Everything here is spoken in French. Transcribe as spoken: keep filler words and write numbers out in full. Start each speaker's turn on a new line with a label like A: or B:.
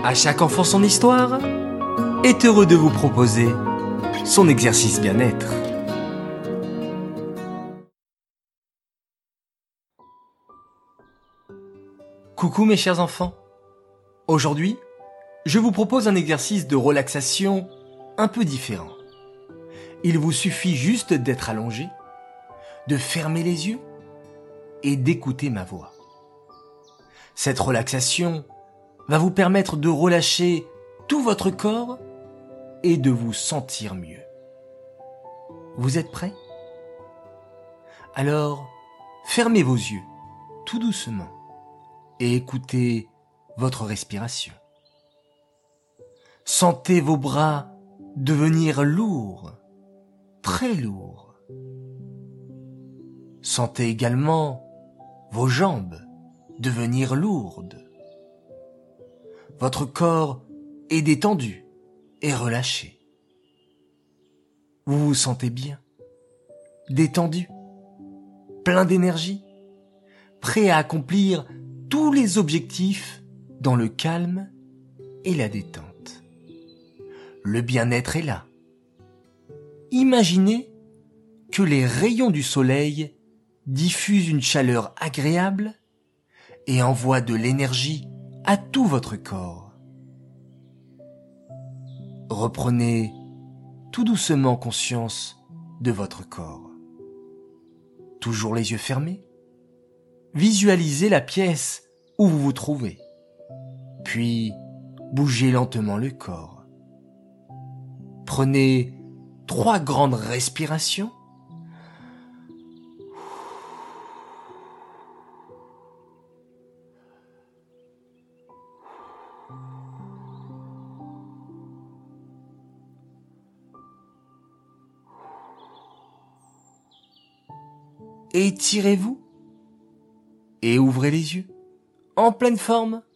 A: À chaque enfant son histoire est heureux de vous proposer son exercice bien-être. Coucou mes chers enfants. Aujourd'hui, je vous propose un exercice de relaxation un peu différent. Il vous suffit juste d'être allongé, de fermer les yeux et d'écouter ma voix. Cette relaxation va vous permettre de relâcher tout votre corps et de vous sentir mieux. Vous êtes prêts? Alors, fermez vos yeux tout doucement et écoutez votre respiration. Sentez vos bras devenir lourds, très lourds. Sentez également vos jambes devenir lourdes. Votre corps est détendu et relâché. Vous vous sentez bien, détendu, plein d'énergie, prêt à accomplir tous les objectifs dans le calme et la détente. Le bien-être est là. Imaginez que les rayons du soleil diffusent une chaleur agréable et envoient de l'énergie à tout votre corps. Reprenez tout doucement conscience de votre corps. Toujours les yeux fermés. Visualisez la pièce où vous vous trouvez. Puis, bougez lentement le corps. Prenez trois grandes respirations. Étirez-vous et ouvrez les yeux, en pleine forme,